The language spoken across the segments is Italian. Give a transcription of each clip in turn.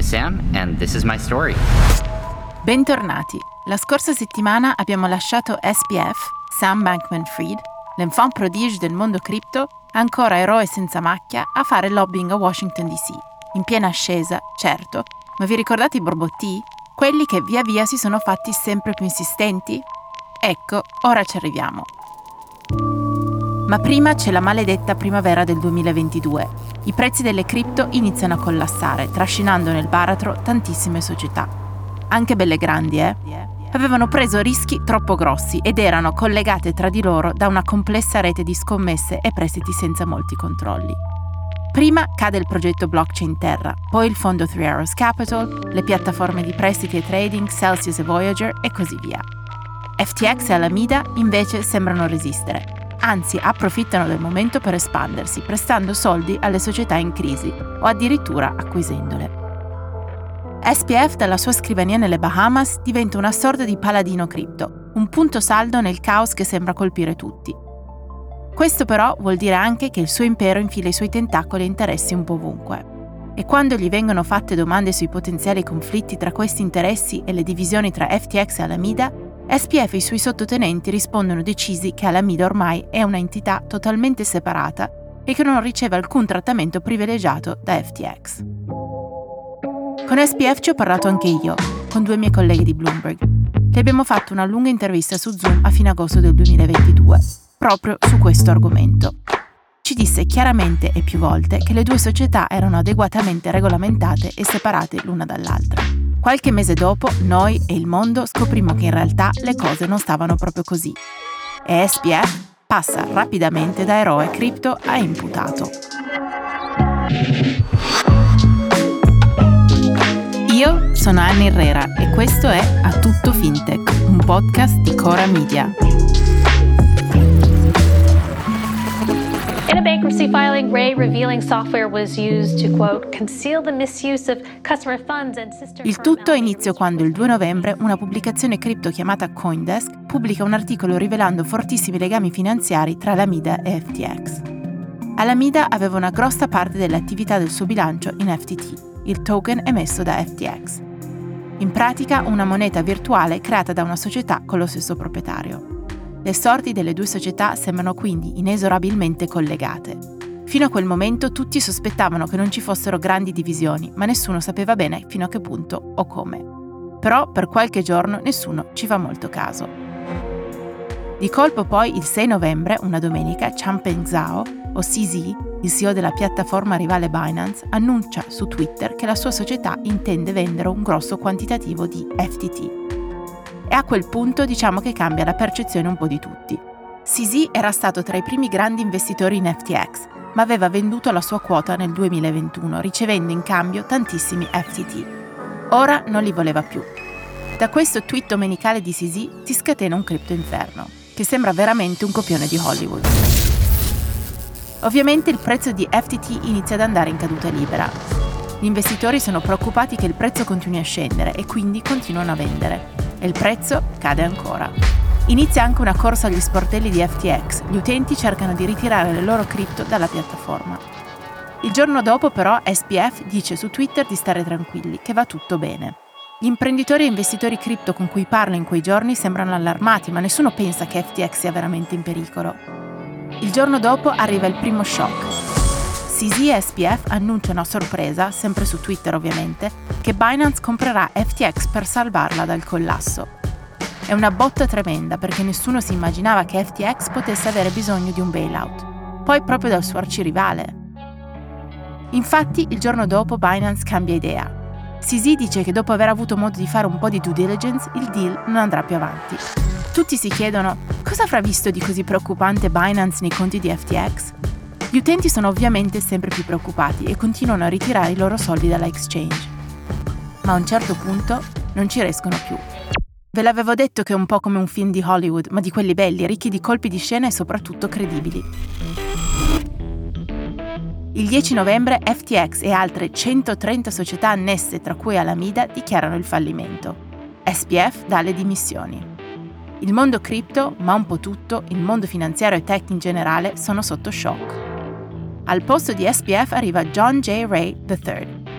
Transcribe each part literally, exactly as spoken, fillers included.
Sam, and this is my story. Bentornati. La scorsa settimana abbiamo lasciato S B F, Sam Bankman-Fried, l'enfant prodige del mondo cripto, ancora eroe senza macchia, a fare lobbying a Washington D C. In piena ascesa, certo, ma vi ricordate i borbotti? Quelli che via via si sono fatti sempre più insistenti? Ecco, ora ci arriviamo. Ma prima c'è la maledetta primavera del duemilaventidue. I prezzi delle cripto iniziano a collassare, trascinando nel baratro tantissime società. Anche belle grandi, eh? Avevano preso rischi troppo grossi ed erano collegate tra di loro da una complessa rete di scommesse e prestiti senza molti controlli. Prima cade il progetto Blockchain Terra, poi il fondo Three Arrows Capital, le piattaforme di prestiti e trading Celsius e Voyager e così via. F T X e Alameda invece sembrano resistere. Anzi, approfittano del momento per espandersi, prestando soldi alle società in crisi o addirittura acquisendole. S B F dalla sua scrivania nelle Bahamas diventa una sorta di paladino cripto, un punto saldo nel caos che sembra colpire tutti. Questo però vuol dire anche che il suo impero infila i suoi tentacoli e interessi un po' ovunque. E quando gli vengono fatte domande sui potenziali conflitti tra questi interessi e le divisioni tra F T X e Alameda, S B F e i suoi sottotenenti rispondono decisi che Alameda ormai è una entità totalmente separata e che non riceve alcun trattamento privilegiato da F T X. Con S B F ci ho parlato anche io, con due miei colleghi di Bloomberg. Le abbiamo fatto una lunga intervista su Zoom a fine agosto del duemilaventidue, proprio su questo argomento. Ci disse chiaramente e più volte che le due società erano adeguatamente regolamentate e separate l'una dall'altra. Qualche mese dopo, noi e il mondo scoprimmo che in realtà le cose non stavano proprio così. E S B F passa rapidamente da eroe cripto a imputato. Io sono Anna Herrera e questo è A Tutto Fintech, un podcast di Cora Media. In a bankruptcy filing, Ray revealing software was used to, quote, conceal the misuse of customer funds and sister. Il tutto ha inizio quando il due novembre una pubblicazione cripto chiamata CoinDesk pubblica un articolo rivelando fortissimi legami finanziari tra Alameda e F T X. Alameda aveva una grossa parte delle attività del suo bilancio in F T T, il token emesso da F T X. In pratica una moneta virtuale creata da una società con lo stesso proprietario. Le sorti delle due società sembrano quindi inesorabilmente collegate. Fino a quel momento tutti sospettavano che non ci fossero grandi divisioni, ma nessuno sapeva bene fino a che punto o come. Però per qualche giorno nessuno ci fa molto caso. Di colpo poi il sei novembre, una domenica, Changpeng Zhao, o C Z, il C E O della piattaforma rivale Binance, annuncia su Twitter che la sua società intende vendere un grosso quantitativo di F T T. E a quel punto diciamo che cambia la percezione un po' di tutti. C Z era stato tra i primi grandi investitori in F T X, ma aveva venduto la sua quota nel duemilaventuno, ricevendo in cambio tantissimi F T T. Ora non li voleva più. Da questo tweet domenicale di C Z si scatena un cripto inferno, che sembra veramente un copione di Hollywood. Ovviamente il prezzo di F T T inizia ad andare in caduta libera. Gli investitori sono preoccupati che il prezzo continui a scendere e quindi continuano a vendere. E il prezzo cade ancora. Inizia anche una corsa agli sportelli di F T X. Gli utenti cercano di ritirare le loro cripto dalla piattaforma. Il giorno dopo però S B F dice su Twitter di stare tranquilli, che va tutto bene. Gli imprenditori e investitori cripto con cui parlo in quei giorni sembrano allarmati, ma nessuno pensa che F T X sia veramente in pericolo. Il giorno dopo arriva il primo shock. C Z e S B F annunciano a sorpresa, sempre su Twitter ovviamente, che Binance comprerà F T X per salvarla dal collasso. È una botta tremenda perché nessuno si immaginava che F T X potesse avere bisogno di un bailout, poi proprio dal suo arcirivale. Infatti, il giorno dopo Binance cambia idea. C Z dice che dopo aver avuto modo di fare un po' di due diligence, il deal non andrà più avanti. Tutti si chiedono cosa avrà visto di così preoccupante Binance nei conti di F T X? Gli utenti sono ovviamente sempre più preoccupati e continuano a ritirare i loro soldi dalla exchange. Ma a un certo punto non ci riescono più. Ve l'avevo detto che è un po' come un film di Hollywood, ma di quelli belli, ricchi di colpi di scena e soprattutto credibili. Il dieci novembre F T X e altre centotrenta società annesse, tra cui Alameda, dichiarano il fallimento. S B F dà le dimissioni. Il mondo cripto, ma un po' tutto, il mondo finanziario e tech in generale, sono sotto shock. Al posto di S B F arriva John J. Ray the third,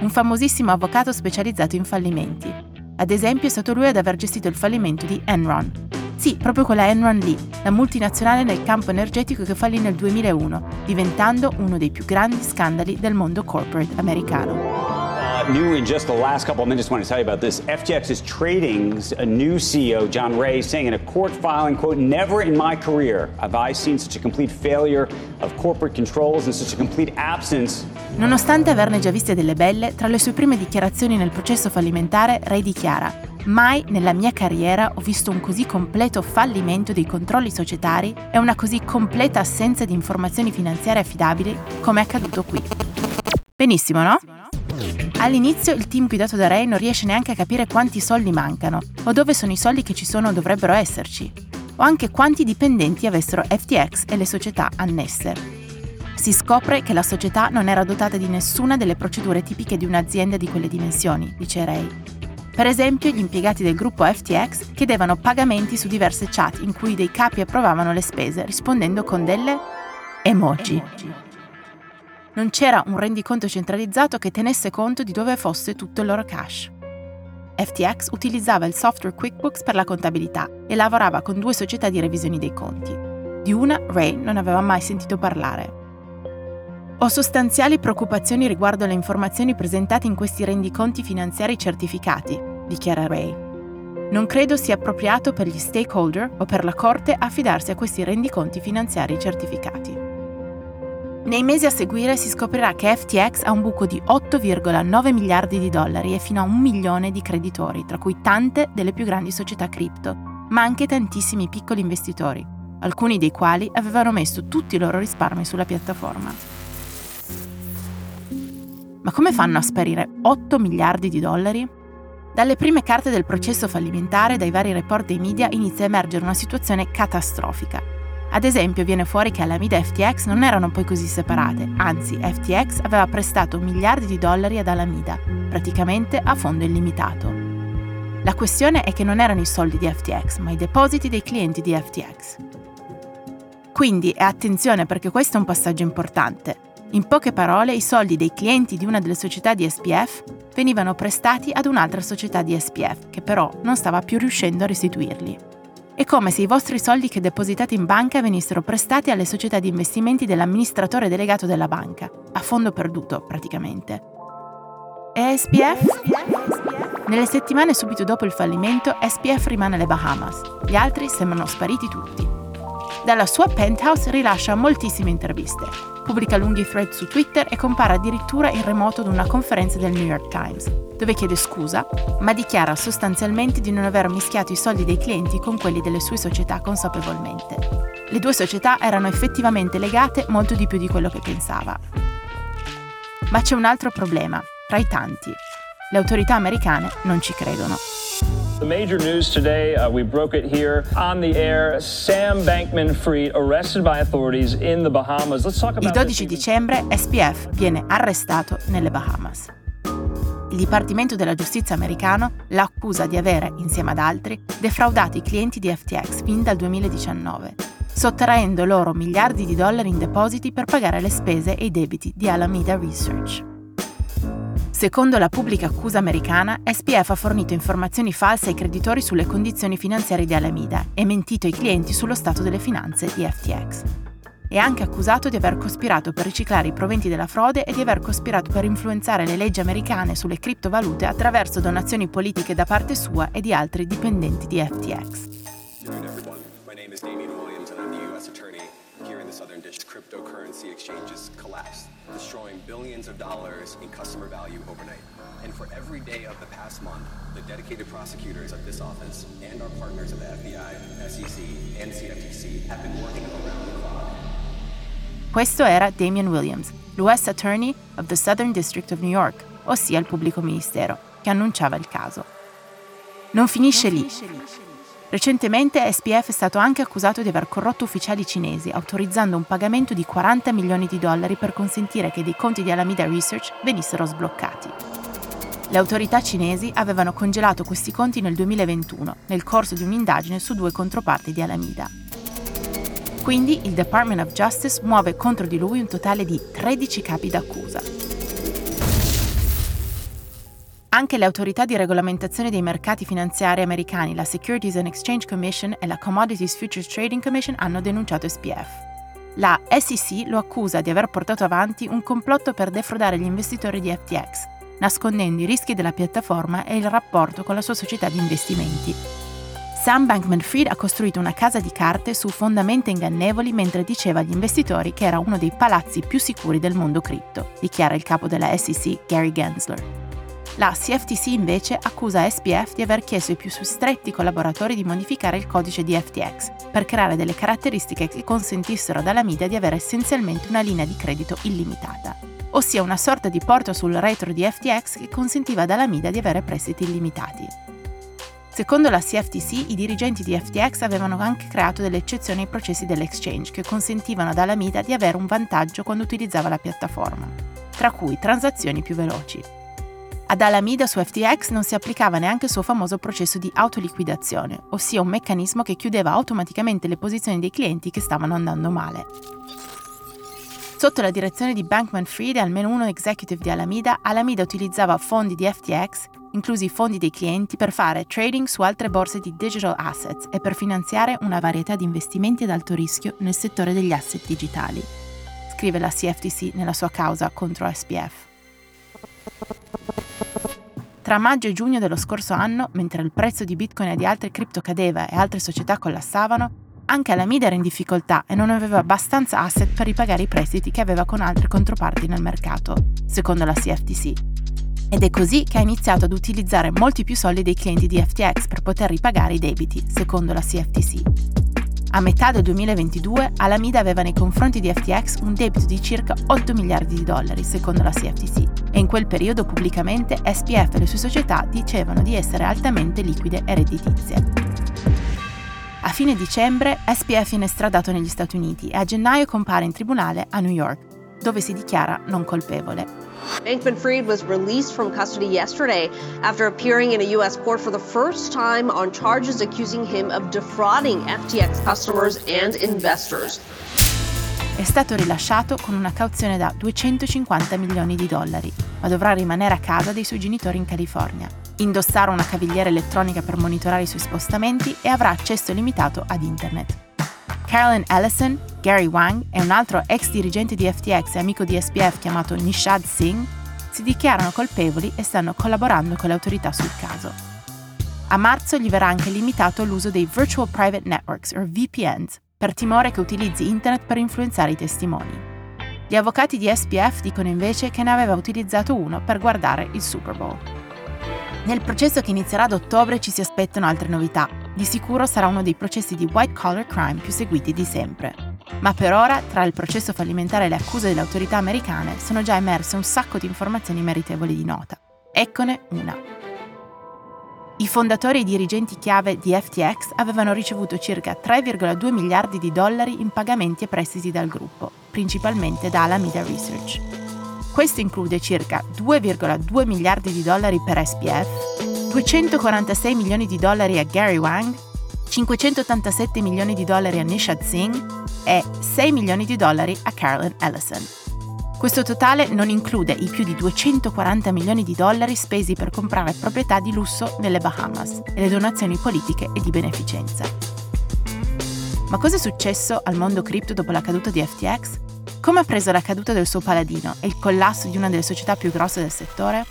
un famosissimo avvocato specializzato in fallimenti. Ad esempio è stato lui ad aver gestito il fallimento di Enron. Sì, proprio quella Enron lì, la multinazionale nel campo energetico che fallì nel duemilauno, diventando uno dei più grandi scandali del mondo corporate americano. New in just the last couple of minutes, I want to tell you about this. F T X's Trading's a new C E O, John Ray, saying in a court filing, quote, "Never in my career have I seen such a complete failure of corporate controls and such a complete absence." Nonostante averne già viste delle belle, tra le sue prime dichiarazioni nel processo fallimentare, Ray dichiara: "Mai nella mia carriera ho visto un così completo fallimento dei controlli societari e una così completa assenza di informazioni finanziarie affidabili come è accaduto qui." Benissimo, no? All'inizio il team guidato da Ray non riesce neanche a capire quanti soldi mancano, o dove sono i soldi che ci sono o dovrebbero esserci, o anche quanti dipendenti avessero F T X e le società annesse. Si scopre che la società non era dotata di nessuna delle procedure tipiche di un'azienda di quelle dimensioni, dice Ray. Per esempio, gli impiegati del gruppo F T X chiedevano pagamenti su diverse chat in cui dei capi approvavano le spese rispondendo con delle emoji. Non c'era un rendiconto centralizzato che tenesse conto di dove fosse tutto il loro cash. F T X utilizzava il software QuickBooks per la contabilità e lavorava con due società di revisioni dei conti. Di una Ray non aveva mai sentito parlare. Ho sostanziali preoccupazioni riguardo alle informazioni presentate in questi rendiconti finanziari certificati, dichiara Ray. Non credo sia appropriato per gli stakeholder o per la Corte affidarsi a questi rendiconti finanziari certificati. Nei mesi a seguire si scoprirà che F T X ha un buco di otto virgola nove miliardi di dollari e fino a un milione di creditori, tra cui tante delle più grandi società cripto, ma anche tantissimi piccoli investitori, alcuni dei quali avevano messo tutti i loro risparmi sulla piattaforma. Ma come fanno a sparire otto miliardi di dollari? Dalle prime carte del processo fallimentare e dai vari report dei media inizia a emergere una situazione catastrofica. Ad esempio viene fuori che Alameda e F T X non erano poi così separate, anzi F T X aveva prestato miliardi di dollari ad Alameda, praticamente a fondo illimitato. La questione è che non erano i soldi di F T X, ma i depositi dei clienti di F T X. Quindi, e attenzione perché questo è un passaggio importante, in poche parole i soldi dei clienti di una delle società di S P F venivano prestati ad un'altra società di S P F, che però non stava più riuscendo a restituirli. È come se i vostri soldi che depositate in banca venissero prestati alle società di investimenti dell'amministratore delegato della banca, a fondo perduto praticamente. E S P F? Nelle settimane subito dopo il fallimento, S P F rimane alle Bahamas, gli altri sembrano spariti tutti. Dalla sua penthouse rilascia moltissime interviste, pubblica lunghi thread su Twitter e compare addirittura in remoto ad una conferenza del New York Times, dove chiede scusa, ma dichiara sostanzialmente di non aver mischiato i soldi dei clienti con quelli delle sue società consapevolmente. Le due società erano effettivamente legate molto di più di quello che pensava. Ma c'è un altro problema, tra i tanti. Le autorità americane non ci credono. The major news today, uh, we broke it here on the air. Sam Bankman-Fried arrested by authorities in the Bahamas. Let's talk about Il dodici dicembre S P F viene arrestato nelle Bahamas. Il Dipartimento della Giustizia americano l'accusa di avere, insieme ad altri, defraudato i clienti di F T X fin dal duemiladiciannove, sottraendo loro miliardi di dollari in depositi per pagare le spese e i debiti di Alameda Research. Secondo la pubblica accusa americana, S P F ha fornito informazioni false ai creditori sulle condizioni finanziarie di Alameda e mentito ai clienti sullo stato delle finanze di F T X. È anche accusato di aver cospirato per riciclare i proventi della frode e di aver cospirato per influenzare le leggi americane sulle criptovalute attraverso donazioni politiche da parte sua e di altri dipendenti di F T X. My name is Damian Williams and I'm the U S attorney here in the Southern District. Cryptocurrency exchanges collapsed, destroying billions of dollars in customer value overnight. And for every day of the past month, the dedicated prosecutors of this office and our partners at the F B I, S E C, and C F T C have been working around the clock. Questo era Damian Williams, l'U S Attorney of the Southern District of New York, ossia il pubblico ministero, che annunciava il caso. Non finisce lì. Recentemente S P F è stato anche accusato di aver corrotto ufficiali cinesi, autorizzando un pagamento di quaranta milioni di dollari per consentire che dei conti di Alameda Research venissero sbloccati. Le autorità cinesi avevano congelato questi conti nel duemilaventuno, nel corso di un'indagine su due controparti di Alameda. Quindi il Department of Justice muove contro di lui un totale di tredici capi d'accusa. Anche le autorità di regolamentazione dei mercati finanziari americani, la Securities and Exchange Commission e la Commodities Futures Trading Commission, hanno denunciato S P F. La S E C lo accusa di aver portato avanti un complotto per defraudare gli investitori di F T X, nascondendo i rischi della piattaforma e il rapporto con la sua società di investimenti. Sam Bankman-Fried ha costruito una casa di carte su fondamenta ingannevoli mentre diceva agli investitori che era uno dei palazzi più sicuri del mondo cripto, dichiara il capo della S E C, Gary Gensler. La C F T C invece accusa S P F di aver chiesto ai più stretti collaboratori di modificare il codice di F T X per creare delle caratteristiche che consentissero ad Alameda di avere essenzialmente una linea di credito illimitata, ossia una sorta di porto sul retro di F T X che consentiva ad Alameda di avere prestiti illimitati. Secondo la C F T C, i dirigenti di F T X avevano anche creato delle eccezioni ai processi dell'exchange che consentivano ad Alameda di avere un vantaggio quando utilizzava la piattaforma, tra cui transazioni più veloci. Ad Alameda su F T X non si applicava neanche il suo famoso processo di autoliquidazione, ossia un meccanismo che chiudeva automaticamente le posizioni dei clienti che stavano andando male. Sotto la direzione di Bankman-Fried e almeno uno executive di Alameda, Alameda utilizzava fondi di F T X, inclusi i fondi dei clienti, per fare trading su altre borse di digital assets e per finanziare una varietà di investimenti ad alto rischio nel settore degli asset digitali, scrive la C F T C nella sua causa contro S P F. Tra maggio e giugno dello scorso anno, mentre il prezzo di Bitcoin e di altre cripto cadeva e altre società collassavano, anche Alameda era in difficoltà e non aveva abbastanza asset per ripagare i prestiti che aveva con altre controparti nel mercato, secondo la C F T C. Ed è così che ha iniziato ad utilizzare molti più soldi dei clienti di F T X per poter ripagare i debiti, secondo la C F T C. A metà del duemilaventidue, Alameda aveva nei confronti di F T X un debito di circa otto miliardi di dollari, secondo la C F T C, e in quel periodo pubblicamente S P F e le sue società dicevano di essere altamente liquide e redditizie. A fine dicembre S P F viene estradato negli Stati Uniti e a gennaio compare in tribunale a New York, dove si dichiara non colpevole. Bankman-Fried was released from custody yesterday after appearing in a U S court for the first time on charges accusing him of defrauding F T X customers and investors. È stato rilasciato con una cauzione da duecentocinquanta milioni di dollari, ma dovrà rimanere a casa dei suoi genitori in California, indossare una cavigliera elettronica per monitorare i suoi spostamenti e avrà accesso limitato ad internet. Carolyn Ellison, Gary Wang e un altro ex dirigente di F T X e amico di S P F chiamato Nishad Singh si dichiarano colpevoli e stanno collaborando con le autorità sul caso. A marzo gli verrà anche limitato l'uso dei Virtual Private Networks, o V P Ns, per timore che utilizzi internet per influenzare i testimoni. Gli avvocati di S P F dicono invece che ne aveva utilizzato uno per guardare il Super Bowl. Nel processo che inizierà ad ottobre ci si aspettano altre novità. Di sicuro sarà uno dei processi di white collar crime più seguiti di sempre. Ma per ora, tra il processo fallimentare e le accuse delle autorità americane, sono già emerse un sacco di informazioni meritevoli di nota. Eccone una. I fondatori e i dirigenti chiave di F T X avevano ricevuto circa tre virgola due miliardi di dollari in pagamenti e prestiti dal gruppo, principalmente da Alameda Research. Questo include circa due virgola due miliardi di dollari per S P F, duecentoquarantasei milioni di dollari a Gary Wang, cinquecentottantasette milioni di dollari a Nishad Singh e sei milioni di dollari a Carolyn Ellison. Questo totale non include i più di duecentoquaranta milioni di dollari spesi per comprare proprietà di lusso nelle Bahamas e le donazioni politiche e di beneficenza. Ma cosa è successo al mondo cripto dopo la caduta di F T X? Come ha preso la caduta del suo paladino e il collasso di una delle società più grosse del settore?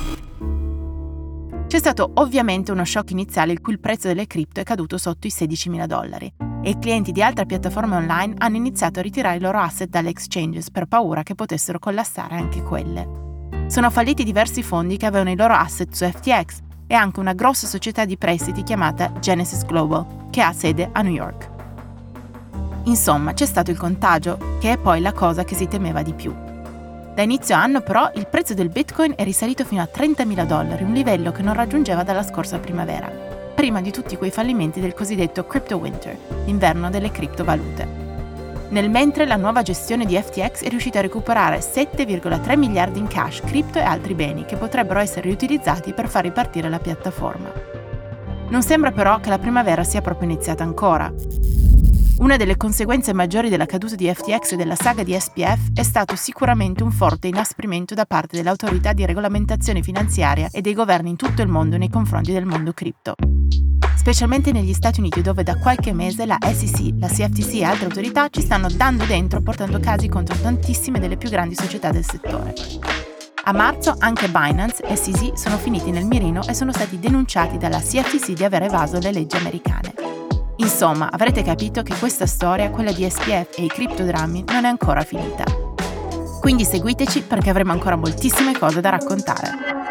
C'è stato ovviamente uno shock iniziale in cui il prezzo delle cripto è caduto sotto i sedicimila dollari e i clienti di altre piattaforme online hanno iniziato a ritirare i loro asset dalle exchanges per paura che potessero collassare anche quelle. Sono falliti diversi fondi che avevano i loro asset su F T X e anche una grossa società di prestiti chiamata Genesis Global, che ha sede a New York. Insomma, c'è stato il contagio, che è poi la cosa che si temeva di più. Da inizio anno, però, il prezzo del Bitcoin è risalito fino a trentamila dollari, un livello che non raggiungeva dalla scorsa primavera, prima di tutti quei fallimenti del cosiddetto Crypto Winter, l'inverno delle criptovalute. Nel mentre, la nuova gestione di F T X è riuscita a recuperare sette virgola tre miliardi in cash, cripto e altri beni che potrebbero essere riutilizzati per far ripartire la piattaforma. Non sembra però che la primavera sia proprio iniziata ancora. Una delle conseguenze maggiori della caduta di F T X e della saga di S P F è stato sicuramente un forte inasprimento da parte delle autorità di regolamentazione finanziaria e dei governi in tutto il mondo nei confronti del mondo cripto. Specialmente negli Stati Uniti, dove da qualche mese la S E C, la C F T C e altre autorità ci stanno dando dentro portando casi contro tantissime delle più grandi società del settore. A marzo anche Binance e S E C sono finiti nel mirino e sono stati denunciati dalla C F T C di aver evaso le leggi americane. Insomma, avrete capito che questa storia, quella di S P F e i criptodrammi, non è ancora finita. Quindi seguiteci perché avremo ancora moltissime cose da raccontare.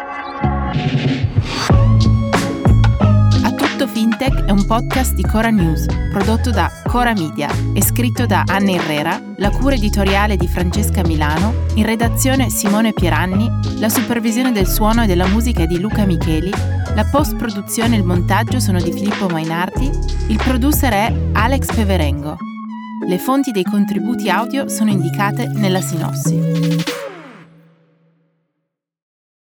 A Tutto Fintech è un podcast di Cora News, prodotto da Cora Media e scritto da Anna Herrera, la cura editoriale di Francesca Milano, in redazione Simone Pieranni, la supervisione del suono e della musica è di Luca Micheli, la post-produzione e il montaggio sono di Filippo Mainardi, il producer è Alex Peverengo. Le fonti dei contributi audio sono indicate nella sinossi.